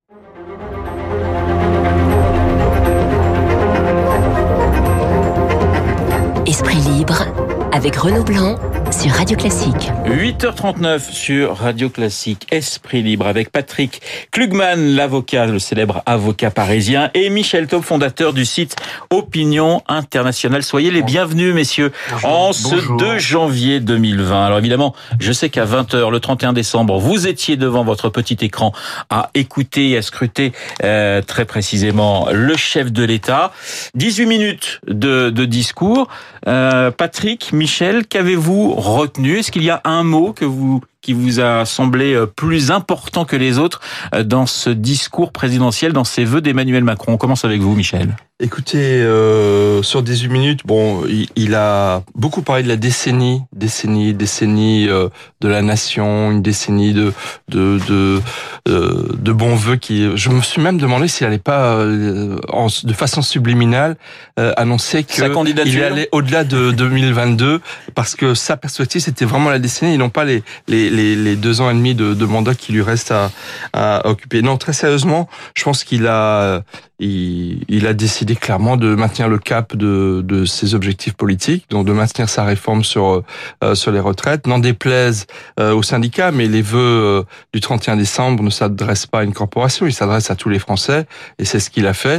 Esprit libre avec Renaud Blanc sur Radio Classique. 8h39 sur Radio Classique, Esprit libre avec Patrick Klugman, l'avocat, le célèbre avocat parisien, et Michel Taube, fondateur du site Opinion Internationale. Soyez les bienvenus, messieurs, en ce 2 janvier 2020. Alors évidemment, je sais qu'à 20h, le 31 décembre, vous étiez devant votre petit écran à écouter et à scruter très précisément le chef de l'État. 18 minutes de discours. Patrick, Michel, qu'avez-vous retenu? Est-ce qu'il y a un mot qui vous a semblé plus important que les autres dans ce discours présidentiel, dans ces vœux d'Emmanuel Macron? On commence avec vous, Michel. Écoutez, sur 18 minutes, il a beaucoup parlé de la décennie de la nation, une décennie de bons vœux je me suis même demandé s'il allait pas, de façon subliminale, annoncer qu'il allait au-delà de 2022, parce que sa perspective, c'était vraiment la décennie et non pas les 2 ans et demi de mandat qui lui reste à occuper. Non, très sérieusement, je pense qu'il a décidé clairement de maintenir le cap de ses objectifs politiques, donc de maintenir sa réforme sur les retraites. N'en déplaise aux syndicats, mais les vœux du 31 décembre ne s'adressent pas à une corporation, ils s'adressent à tous les Français, et c'est ce qu'il a fait.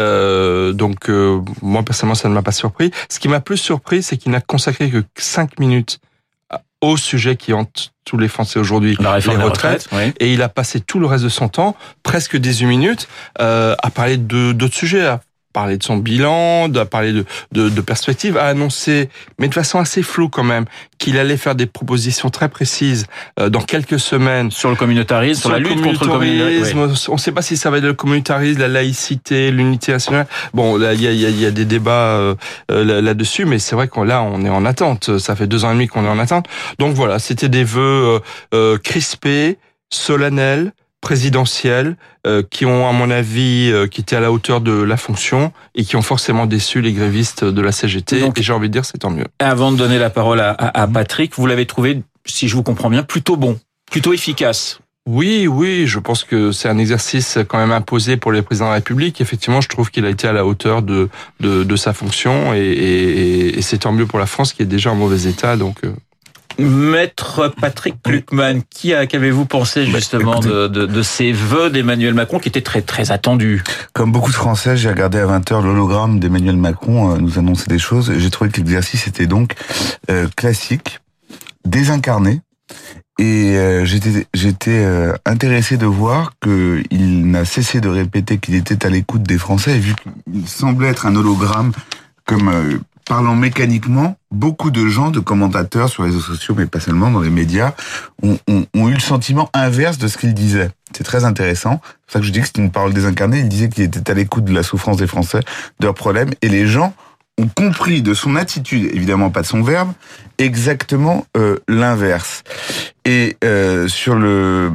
Donc moi personnellement, ça ne m'a pas surpris. Ce qui m'a plus surpris, c'est qu'il n'a consacré que 5 minutes au sujet qui hante tous les Français aujourd'hui, les retraites. Oui. Et il a passé tout le reste de son temps, presque 18 minutes, à parler d'autres sujets, à parler de son bilan, à parler de perspectives, à annoncer, mais de façon assez floue quand même, qu'il allait faire des propositions très précises dans quelques semaines. Sur le communautarisme, sur la lutte contre le communautarisme. Oui. On ne sait pas si ça va être le communautarisme, la laïcité, l'unité nationale. Bon, là, il y a des débats là-dessus, mais c'est vrai qu'on est en attente. Ça fait 2 ans et demi qu'on est en attente. Donc voilà, c'était des vœux crispés, solennels, présidentielles, qui ont, à mon avis, qui étaient à la hauteur de la fonction et qui ont forcément déçu les grévistes de la CGT. Donc, et j'ai envie de dire, c'est tant mieux. Avant de donner la parole à Patrick, vous l'avez trouvé, si je vous comprends bien, plutôt bon, plutôt efficace. Oui, je pense que c'est un exercice quand même imposé pour les présidents de la République. Effectivement, je trouve qu'il a été à la hauteur de sa fonction et c'est tant mieux pour la France qui est déjà en mauvais état, donc... Maître Patrick Klugman, qu'avez-vous pensé justement de ces vœux d'Emmanuel Macron qui étaient très très attendus? Comme beaucoup de Français, j'ai regardé à 20h l'hologramme d'Emmanuel Macron nous annoncer des choses. J'ai trouvé que l'exercice était donc classique, désincarné. Et j'étais intéressé de voir qu'il n'a cessé de répéter qu'il était à l'écoute des Français, et vu qu'il semblait être un hologramme comme... parlant mécaniquement, beaucoup de gens, de commentateurs sur les réseaux sociaux, mais pas seulement dans les médias, ont eu le sentiment inverse de ce qu'il disait. C'est très intéressant. C'est pour ça que je dis que c'était une parole désincarnée. Il disait qu'il était à l'écoute de la souffrance des Français, de leurs problèmes, et les gens ont compris de son attitude, évidemment pas de son verbe, exactement l'inverse. Et sur le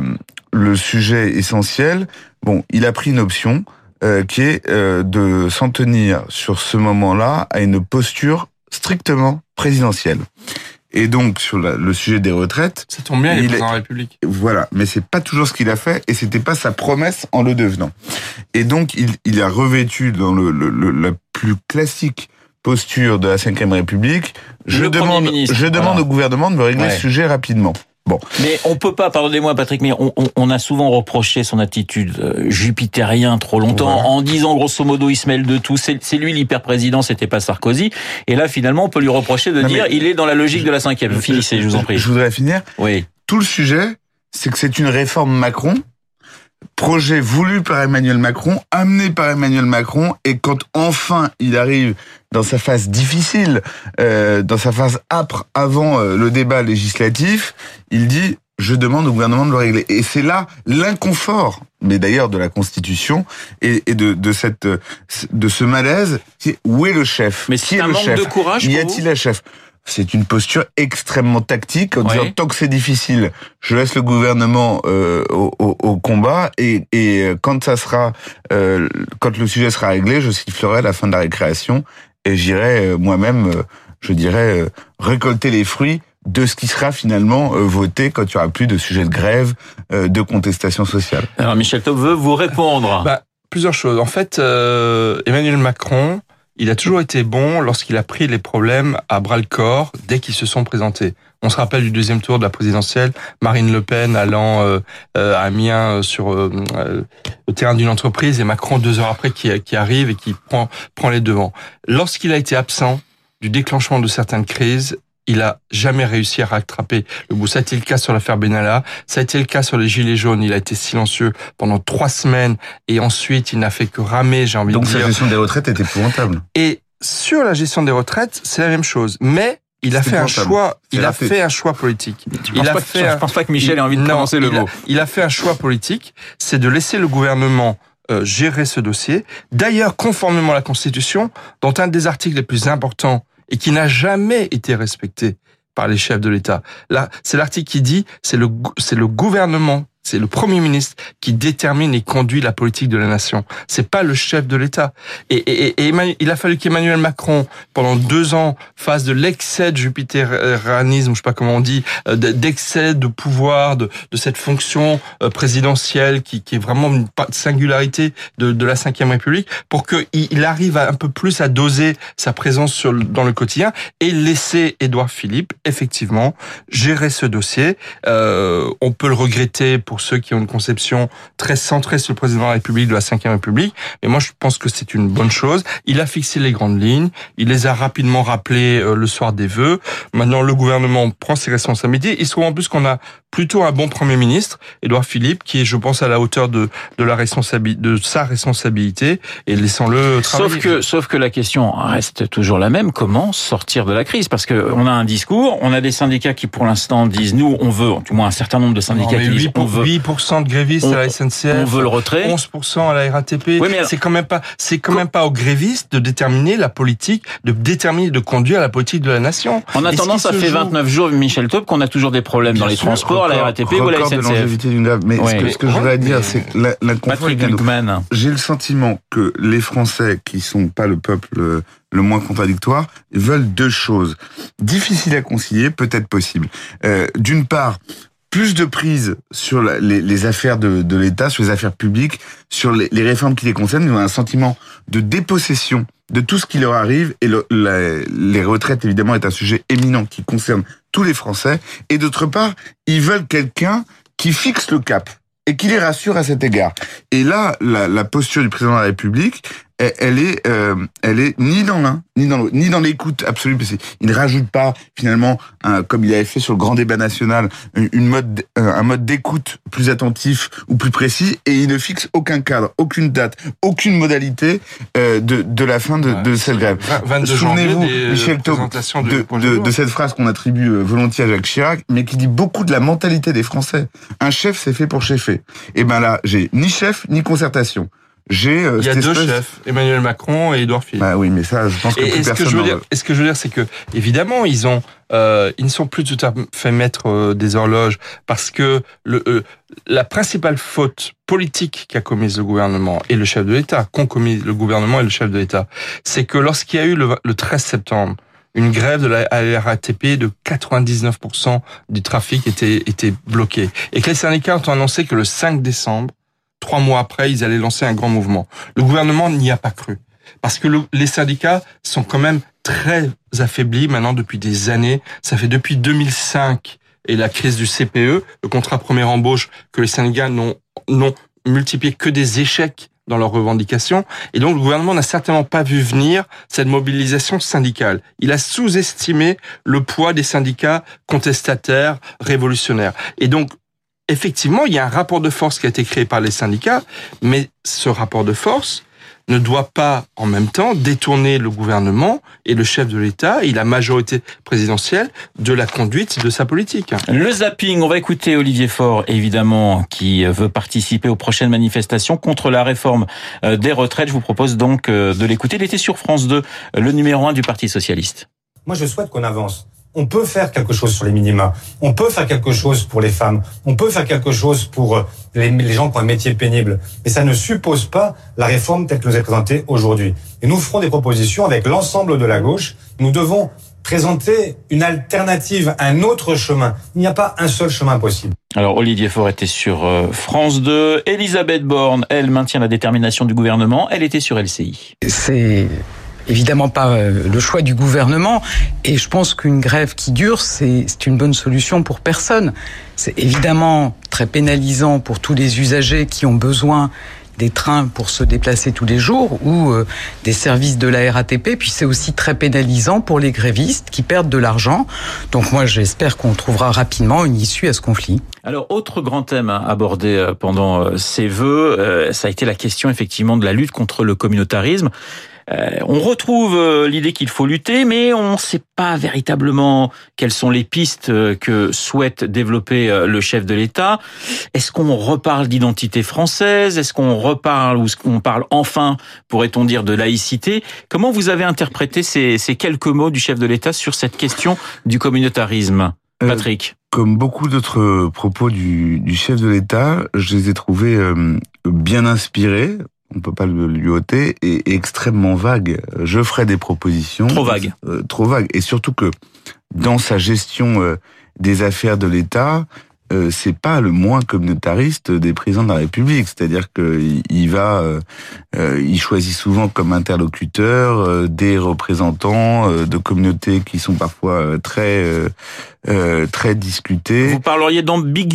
sujet essentiel, il a pris une option qui est de s'en tenir sur ce moment-là à une posture strictement présidentielle. Et donc sur le sujet des retraites, ça tombe bien, il est président de la République. Voilà, mais c'est pas toujours ce qu'il a fait et c'était pas sa promesse en le devenant. Et donc il a revêtu dans la plus classique posture de la Ve République. Je demande au gouvernement de me régler ce sujet rapidement. Bon. Mais on peut pas, pardonnez-moi Patrick, mais on a souvent reproché son attitude jupitérien trop longtemps, en disant grosso modo il se mêle de tout, c'est lui l'hyper-président, c'était pas Sarkozy, et là finalement on peut lui reprocher de dire il est dans la logique de la 5e. Finissez, je vous en prie. Je voudrais finir. Oui. Tout le sujet, c'est que c'est une réforme Macron, projet voulu par Emmanuel Macron, amené par Emmanuel Macron, et quand enfin il arrive dans sa phase difficile, dans sa phase âpre avant le débat législatif, il dit « je demande au gouvernement de le régler ». Et c'est là l'inconfort, mais d'ailleurs de la Constitution, et de ce malaise, où est le chef? Mais c'est un manque de courage pour vous ? Y a-t-il un chef? C'est une posture extrêmement tactique en disant tant que c'est difficile, je laisse le gouvernement au combat et quand ça sera quand le sujet sera réglé, je sifflerai à la fin de la récréation et j'irai moi-même, je dirais, récolter les fruits de ce qui sera finalement voté quand il n'y aura plus de sujet de grève, de contestation sociale. Alors Michel Taub veut vous répondre. Plusieurs choses. En fait, Emmanuel Macron, il a toujours été bon lorsqu'il a pris les problèmes à bras-le-corps dès qu'ils se sont présentés. On se rappelle du deuxième tour de la présidentielle, Marine Le Pen allant à Amiens au terrain d'une entreprise et Macron 2 heures après qui arrive et qui prend les devants. Lorsqu'il a été absent du déclenchement de certaines crises, il a jamais réussi à rattraper le bout. Ça a été le cas sur l'affaire Benalla, ça a été le cas sur les Gilets jaunes. Il a été silencieux pendant 3 semaines et ensuite il n'a fait que ramer, j'ai envie de dire. Donc sa gestion des retraites est épouvantable. Et sur la gestion des retraites, c'est la même chose. Mais il a fait un choix. Il a fait un choix politique. Je pense pas que Michel ait envie de prononcer le mot. Il a fait un choix politique, c'est de laisser le gouvernement gérer ce dossier. D'ailleurs, conformément à la Constitution, dont un des articles les plus importants et qui n'a jamais été respecté par les chefs de l'État. Là, c'est l'article qui dit c'est le gouvernement, c'est le Premier ministre qui détermine et conduit la politique de la nation. C'est pas le chef de l'État. Et il a fallu qu'Emmanuel Macron, pendant 2 ans, fasse de l'excès de jupiteranisme, je sais pas comment on dit, d'excès de pouvoir, de cette fonction présidentielle qui est vraiment une singularité de la Ve République, pour qu'il arrive un peu plus à doser sa présence dans le quotidien et laisser Édouard Philippe, effectivement, gérer ce dossier. On peut le regretter pour ceux qui ont une conception très centrée sur le président de la République, de la Ve République. Mais moi, je pense que c'est une bonne chose. Il a fixé les grandes lignes. Il les a rapidement rappelées le soir des vœux. Maintenant, le gouvernement prend ses responsabilités. Il se trouve en plus qu'on a plutôt un bon Premier ministre, Édouard Philippe, qui est, je pense, à la hauteur de sa responsabilité, et laissons-le travailler. Sauf que la question reste toujours la même. Comment sortir de la crise? Parce que on a un discours, on a des syndicats qui, pour l'instant, disent, nous, on veut, du moins un certain nombre de syndicats qui disent, on veut 8% de grévistes à la SNCF. On veut le retrait. 11% à la RATP. Oui, mais alors, c'est quand même pas aux grévistes de déterminer la politique, de conduire la politique de la nation. En attendant, ça fait 29 jours, Michel Taub, qu'on a toujours des problèmes dans les transports, à la RATP ou à la SNCF. Mais ce que je voudrais dire, c'est que la Patrick Klugman. J'ai le sentiment que les Français, qui sont pas le peuple le moins contradictoire, veulent 2 choses. Difficiles à concilier, peut-être possible. D'une part, plus de prise sur les affaires de l'État, sur les affaires publiques, sur les réformes qui les concernent. Ils ont un sentiment de dépossession de tout ce qui leur arrive. Et les retraites, évidemment, est un sujet éminent qui concerne tous les Français. Et d'autre part, ils veulent quelqu'un qui fixe le cap et qui les rassure à cet égard. Et là, la posture du président de la République, elle est ni dans l'un, ni dans l'autre, ni dans l'écoute absolue, parce qu'il ne rajoute pas, finalement, comme il avait fait sur le grand débat national, un mode d'écoute plus attentif ou plus précis, et il ne fixe aucun cadre, aucune date, aucune modalité de la fin de cette grève. Souvenez-vous, Michel Taub, de cette phrase qu'on attribue volontiers à Jacques Chirac, mais qui dit beaucoup de la mentalité des Français. Un chef, c'est fait pour cheffer. Et ben là, j'ai ni chef, ni concertation. Il y a 2 chefs, Emmanuel Macron et Édouard Philippe. Bah oui, mais ça, je pense que plus personne. Ce que je veux dire, c'est que évidemment, ils ne sont plus tout à fait maîtres des horloges, parce que la principale faute politique qu'a commise le gouvernement et le chef de l'État, qu'ont commis le gouvernement et le chef de l'État, c'est que lorsqu'il y a eu le 13 septembre, une grève de la RATP de 99% du trafic était bloqué, et que les syndicats ont annoncé que le 5 décembre, 3 mois après, ils allaient lancer un grand mouvement. Le gouvernement n'y a pas cru. Parce que les syndicats sont quand même très affaiblis maintenant depuis des années. Ça fait depuis 2005 et la crise du CPE, le contrat première embauche, que les syndicats n'ont multiplié que des échecs dans leurs revendications. Et donc, le gouvernement n'a certainement pas vu venir cette mobilisation syndicale. Il a sous-estimé le poids des syndicats contestataires, révolutionnaires. Et donc, effectivement, il y a un rapport de force qui a été créé par les syndicats, mais ce rapport de force ne doit pas, en même temps, détourner le gouvernement et le chef de l'État et la majorité présidentielle de la conduite de sa politique. Le zapping, on va écouter Olivier Faure, évidemment, qui veut participer aux prochaines manifestations contre la réforme des retraites. Je vous propose donc de l'écouter. Il était sur France 2, le numéro 1 du Parti socialiste. Moi, je souhaite qu'on avance. On peut faire quelque chose sur les minima. On peut faire quelque chose pour les femmes. On peut faire quelque chose pour les gens qui ont un métier pénible. Mais ça ne suppose pas la réforme telle que nous est présentée aujourd'hui. Et nous ferons des propositions avec l'ensemble de la gauche. Nous devons présenter une alternative, un autre chemin. Il n'y a pas un seul chemin possible. Alors, Olivier Faure était sur France 2. Elisabeth Borne, elle maintient la détermination du gouvernement. Elle était sur LCI. C'est évidemment pas le choix du gouvernement. Et je pense qu'une grève qui dure, c'est une bonne solution pour personne. C'est évidemment très pénalisant pour tous les usagers qui ont besoin des trains pour se déplacer tous les jours ou des services de la RATP. Puis c'est aussi très pénalisant pour les grévistes qui perdent de l'argent. Donc moi, j'espère qu'on trouvera rapidement une issue à ce conflit. Alors, autre grand thème abordé pendant ces vœux, ça a été la question effectivement de la lutte contre le communautarisme. On retrouve l'idée qu'il faut lutter, mais on ne sait pas véritablement quelles sont les pistes que souhaite développer le chef de l'État. Est-ce qu'on reparle d'identité française ? Est-ce qu'on reparle, ou est-ce qu'on parle enfin, pourrait-on dire, de laïcité ? Comment vous avez interprété ces quelques mots du chef de l'État sur cette question du communautarisme ? Patrick ? Comme beaucoup d'autres propos du chef de l'État, je les ai trouvés bien inspirés. On peut pas lui ôter, et extrêmement vague. Je ferai des propositions. Trop vague. Trop vague. Et surtout que, dans sa gestion des affaires de l'État, c'est pas le moins communautariste des présidents de la République. C'est-à-dire que il choisit souvent comme interlocuteur des représentants de communautés qui sont parfois très discutées. Vous parleriez d'ambiguïté ?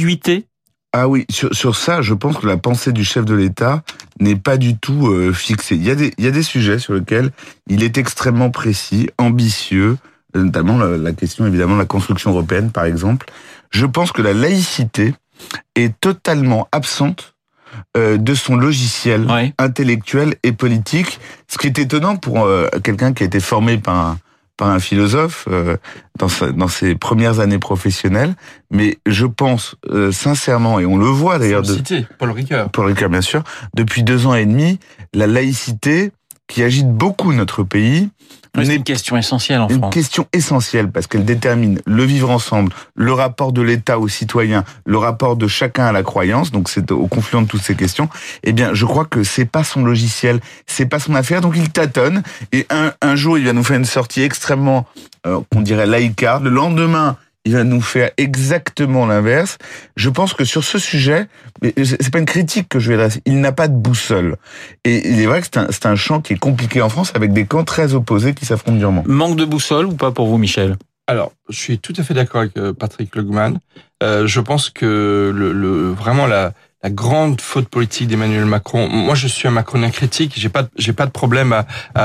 Ah oui, sur ça, je pense que la pensée du chef de l'État n'est pas du tout fixée. Il y a des sujets sur lesquels il est extrêmement précis, ambitieux, notamment la question évidemment de la construction européenne par exemple. Je pense que la laïcité est totalement absente de son logiciel intellectuel et politique, ce qui est étonnant pour quelqu'un qui a été formé par un philosophe dans ses premières années professionnelles, mais je pense sincèrement, et on le voit d'ailleurs, Paul Ricoeur. Paul Ricoeur bien sûr, depuis 2 ans et demi, la laïcité qui agite beaucoup notre pays. C'est une question essentielle en France. Une question essentielle parce qu'elle détermine le vivre ensemble, le rapport de l'État aux citoyens, le rapport de chacun à la croyance. Donc c'est au confluent de toutes ces questions. Eh bien, je crois que c'est pas son logiciel, c'est pas son affaire. Donc il tâtonne et un jour il va nous faire une sortie extrêmement, qu'on dirait laïcarde. Le lendemain, il va nous faire exactement l'inverse. Je pense que sur ce sujet, c'est pas une critique que je vais adresser, il n'a pas de boussole. Et il est vrai que c'est un champ qui est compliqué en France avec des camps très opposés qui s'affrontent durement. Manque de boussole ou pas pour vous, Michel ? Alors, je suis tout à fait d'accord avec Patrick Klugman. Je pense que vraiment la grande faute politique d'Emmanuel Macron, moi je suis un macronien critique, j'ai pas de problème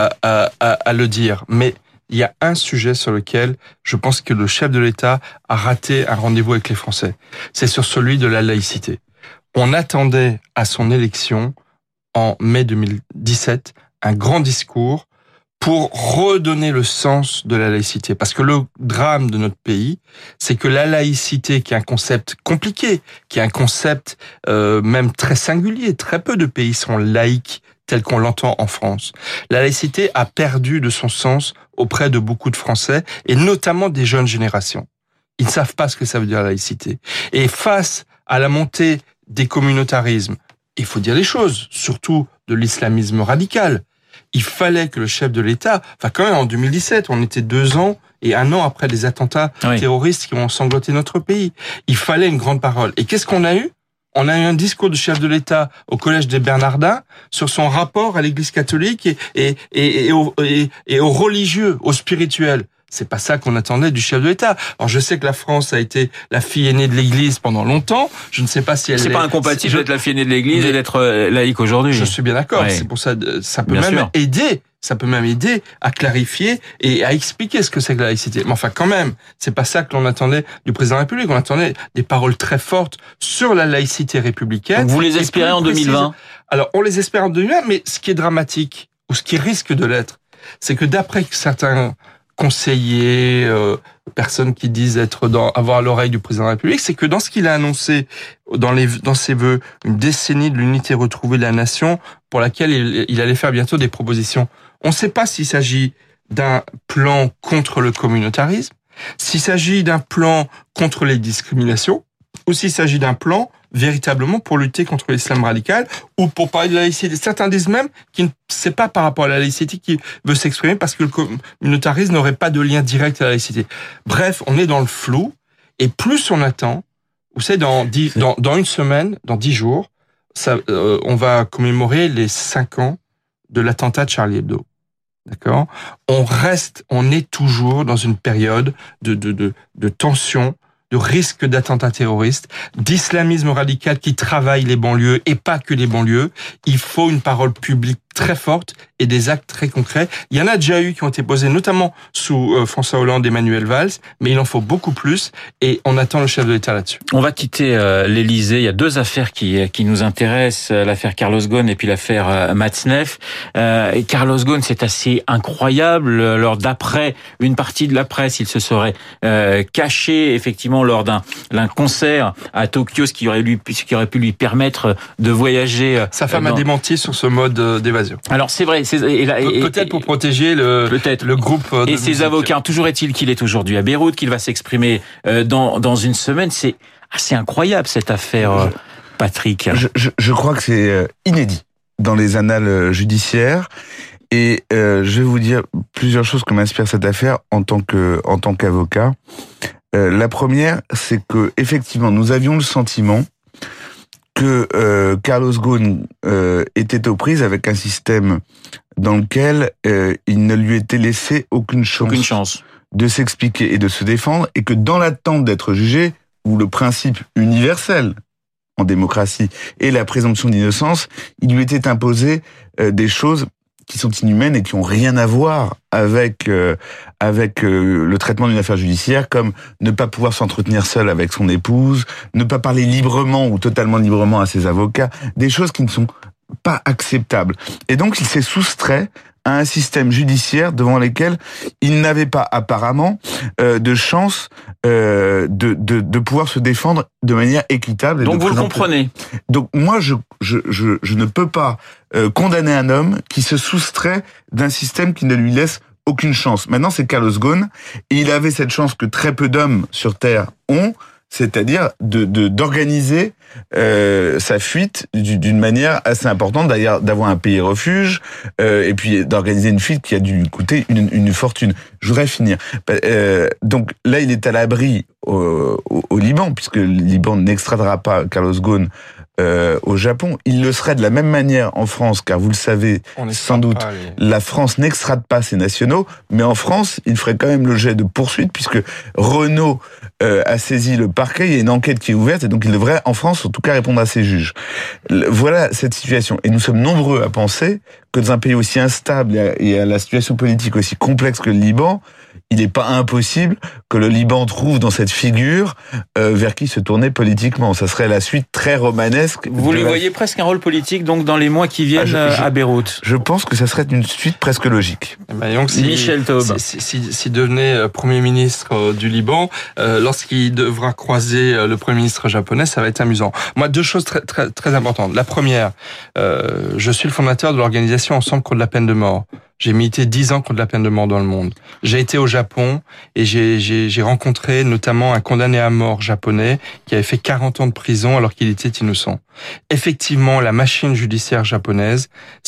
à le dire, mais il y a un sujet sur lequel je pense que le chef de l'État a raté un rendez-vous avec les Français. C'est sur celui de la laïcité. On attendait à son élection, en mai 2017, un grand discours pour redonner le sens de la laïcité. Parce que le drame de notre pays, c'est que la laïcité, qui est un concept compliqué, qui est un concept même très singulier, très peu de pays sont laïques tel qu'on l'entend en France. La laïcité a perdu de son sens auprès de beaucoup de Français, et notamment des jeunes générations. Ils ne savent pas ce que ça veut dire la laïcité. Et face à la montée des communautarismes, il faut dire les choses, surtout de l'islamisme radical, il fallait que le chef de l'État, quand même en 2017, on était 2 ans et 1 an après les attentats terroristes qui ont sangloté notre pays. Il fallait une grande parole. Et qu'est-ce qu'on a eu ? On a eu un discours du chef de l'État au Collège des Bernardins sur son rapport à l'Église catholique et aux religieux, aux spirituels. C'est pas ça qu'on attendait du chef de l'État. Alors je sais que la France a été la fille aînée de l'Église pendant longtemps. Je ne sais pas si elle c'est pas incompatible d'être la fille aînée de l'Église et d'être laïque aujourd'hui. Je suis bien d'accord. C'est pour ça, ça peut même aider. Ça peut même aider à clarifier et à expliquer ce que c'est que la laïcité. Mais enfin, quand même, c'est pas ça que l'on attendait du président de la République. On attendait des paroles très fortes sur la laïcité républicaine. Donc vous les espérez en 2020 ? Alors, on les espère en 2020, mais ce qui est dramatique, ou ce qui risque de l'être, c'est que d'après certains conseillers, personnes qui disent avoir l'oreille du président de la République, c'est que dans ce qu'il a annoncé dans ses vœux, une décennie de l'unité retrouvée de la nation, pour laquelle il allait faire bientôt des propositions. On ne sait pas s'il s'agit d'un plan contre le communautarisme, s'il s'agit d'un plan contre les discriminations, ou s'il s'agit d'un plan véritablement pour lutter contre l'islam radical ou pour parler de la laïcité. Certains disent même c'est pas par rapport à la laïcité qu'il veut s'exprimer parce que le communautarisme n'aurait pas de lien direct à la laïcité. Bref, on est dans le flou et plus on attend, vous savez, dans une semaine, dans 10 jours, on va commémorer les 5 ans de l'attentat de Charlie Hebdo. D'accord? On est toujours dans une période de tension, de risque d'attentats terroristes, d'islamisme radical qui travaille les banlieues et pas que les banlieues. Il faut une parole publique très forte et des actes très concrets. Il y en a déjà eu qui ont été posés, notamment sous François Hollande et Manuel Valls, mais il en faut beaucoup plus et on attend le chef de l'État là-dessus. On va quitter l'Élysée. Il y a 2 affaires qui nous intéressent, l'affaire Carlos Ghosn et puis l'affaire Matzneff. Et Carlos Ghosn, c'est assez incroyable. Lors d'après une partie de la presse, il se serait caché effectivement lors d'un concert à Tokyo, ce qui aurait pu lui permettre de voyager. Sa femme a démenti sur ce mode d'évasion. Alors c'est vrai, peut-être pour protéger le groupe et ses avocats. Toujours est-il qu'il est aujourd'hui à Beyrouth, qu'il va s'exprimer dans une semaine. C'est assez incroyable cette affaire, Patrick. Je crois que c'est inédit dans les annales judiciaires. Et je vais vous dire plusieurs choses que m'inspire cette affaire en tant qu'avocat. La première, c'est que effectivement, nous avions le sentiment que Carlos Ghosn était aux prises avec un système dans lequel il ne lui était laissé aucune chance de s'expliquer et de se défendre, et que dans l'attente d'être jugé, où le principe universel en démocratie est la présomption d'innocence, il lui était imposé des choses qui sont inhumaines et qui ont rien à voir avec le traitement d'une affaire judiciaire, comme ne pas pouvoir s'entretenir seul avec son épouse, ne pas parler librement ou totalement librement à ses avocats, des choses qui ne sont pas acceptables. Et donc il s'est soustrait à un système judiciaire devant lequel il n'avait pas apparemment de chance de pouvoir se défendre de manière équitable. Donc vous le comprenez. Donc moi je ne peux pas condamner un homme qui se soustrait d'un système qui ne lui laisse aucune chance. Maintenant c'est Carlos Ghosn et il avait cette chance que très peu d'hommes sur Terre ont, c'est-à-dire d'organiser sa fuite d'une manière assez importante, d'ailleurs d'avoir un pays refuge et puis d'organiser une fuite qui a dû lui coûter une fortune. Je voudrais finir. Donc là, il est à l'abri au Liban, puisque le Liban n'extradera pas Carlos Ghosn au Japon. Il le serait de la même manière en France, car vous le savez sans doute, la France n'extrade pas ses nationaux, mais en France, il ferait quand même l'objet de poursuites, puisque Renault a saisi le parquet, il y a une enquête qui est ouverte, et donc il devrait, en France, en tout cas, répondre à ses juges. Voilà cette situation. Et nous sommes nombreux à penser que dans un pays aussi instable et à la situation politique aussi complexe que le Liban, il n'est pas impossible que le Liban trouve dans cette figure vers qui se tourner politiquement. Ça serait la suite très romanesque. Vous lui voyez presque un rôle politique donc dans les mois qui viennent à Beyrouth. Je pense que ça serait une suite presque logique. Donc, Michel Taube. S'il devenait Premier ministre du Liban, lorsqu'il devra croiser le Premier ministre japonais, ça va être amusant. Moi, 2 choses très, très, très importantes. La première, je suis le fondateur de l'organisation Ensemble contre la peine de mort. J'ai milité 10 ans contre la peine de mort dans le monde. J'ai été au Japon et j'ai rencontré notamment un condamné à mort japonais qui avait fait 40 ans de prison alors qu'il était innocent. Effectivement, la machine judiciaire japonaise,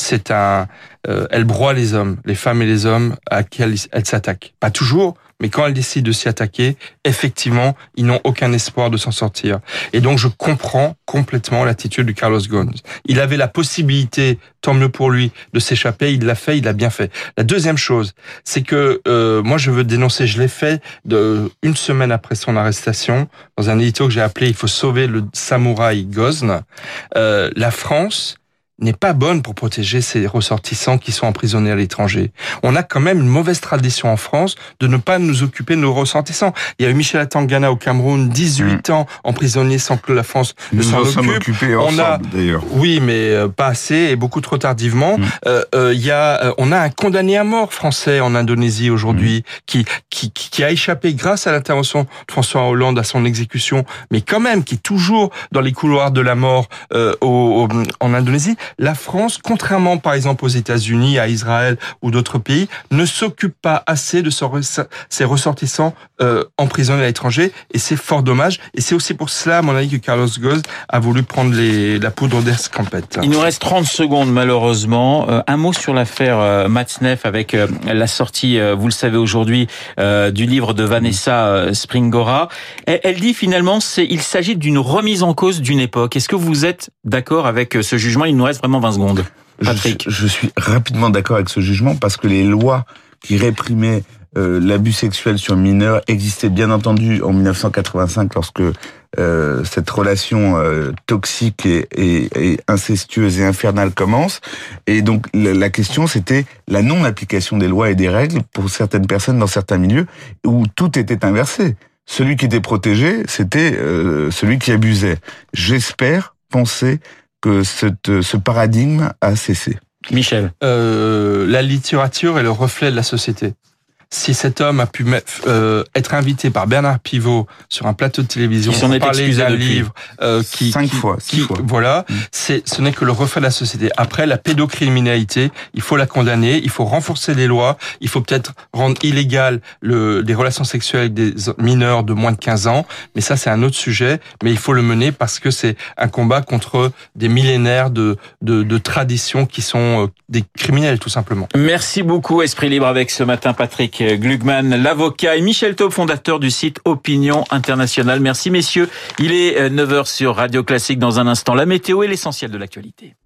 elle broie les hommes, les femmes et les hommes à qui elle s'attaque. Pas toujours, mais quand elle décide de s'y attaquer, effectivement, ils n'ont aucun espoir de s'en sortir. Et donc, je comprends complètement l'attitude de Carlos Ghosn. Il avait la possibilité, tant mieux pour lui, de s'échapper. Il l'a fait, il l'a bien fait. La deuxième chose, c'est que moi, je veux dénoncer, je l'ai fait une semaine après son arrestation, dans un édito que j'ai appelé « Il faut sauver le samouraï Ghosn ». La France n'est pas bonne pour protéger ses ressortissants qui sont emprisonnés à l'étranger. On a quand même une mauvaise tradition en France de ne pas nous occuper de nos ressortissants. Il y a eu Michel Atangana au Cameroun, 18 ans emprisonné sans que la France ne s'en occupe. D'ailleurs. Oui, mais pas assez et beaucoup trop tardivement. On a un condamné à mort français en Indonésie aujourd'hui qui a échappé grâce à l'intervention de François Hollande à son exécution, mais quand même qui est toujours dans les couloirs de la mort en Indonésie. la France, contrairement par exemple aux États-Unis, à Israël ou d'autres pays, ne s'occupe pas assez de ses ressortissants emprisonnés à l'étranger, et c'est fort dommage. Et c'est aussi pour cela, à mon avis, que Carlos Ghosn a voulu prendre la poudre d'escampette. Il nous reste 30 secondes, malheureusement. Un mot sur l'affaire Matzneff avec la sortie, vous le savez aujourd'hui, du livre de Vanessa Springora. Elle dit finalement, il s'agit d'une remise en cause d'une époque. Est-ce que vous êtes d'accord avec ce jugement? Il nous reste vraiment 20 secondes. Patrick. Je suis rapidement d'accord avec ce jugement parce que les lois qui réprimaient l'abus sexuel sur mineurs existaient bien entendu en 1985 lorsque cette relation toxique et incestueuse et infernale commence. Et donc la question, c'était la non-application des lois et des règles pour certaines personnes dans certains milieux où tout était inversé. Celui qui était protégé, c'était celui qui abusait. J'espère penser que ce paradigme a cessé. Michel. La littérature est le reflet de la société. Si cet homme a pu être invité par Bernard Pivot sur un plateau de télévision pour parler d'un livre six fois. Voilà, ce n'est que le reflet de la société. Après, la pédocriminalité, il faut la condamner, il faut renforcer les lois, il faut peut-être rendre illégal des relations sexuelles avec des mineurs de moins de 15 ans, mais ça c'est un autre sujet, mais il faut le mener parce que c'est un combat contre des millénaires de traditions qui sont des criminels tout simplement. Merci beaucoup Esprit Libre avec ce matin Patrick Glugman, l'avocat, et Michel Taube, fondateur du site Opinion Internationale. Merci messieurs. Il est 9h sur Radio Classique. Dans un instant, la météo et l'essentiel de l'actualité.